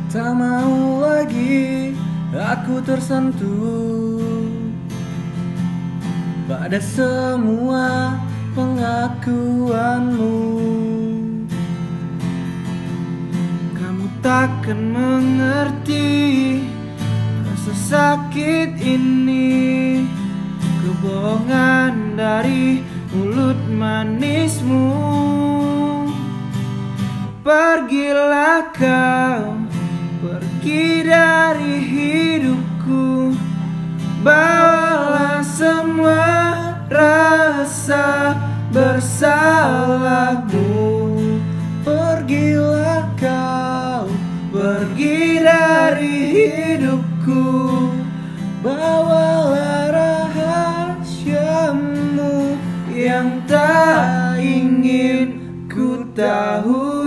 Tak mau lagi aku tersentuh pada semua pengakuanmu. Kamu takkan mengerti rasa sakit ini, kebohongan dari mulut manismu. Pergilah kau, pergi dari hidupku, bawalah semua rasa bersalahmu. Pergilah kau, pergi dari hidupku, bawalah rahasiamu yang tak ingin ku tahu.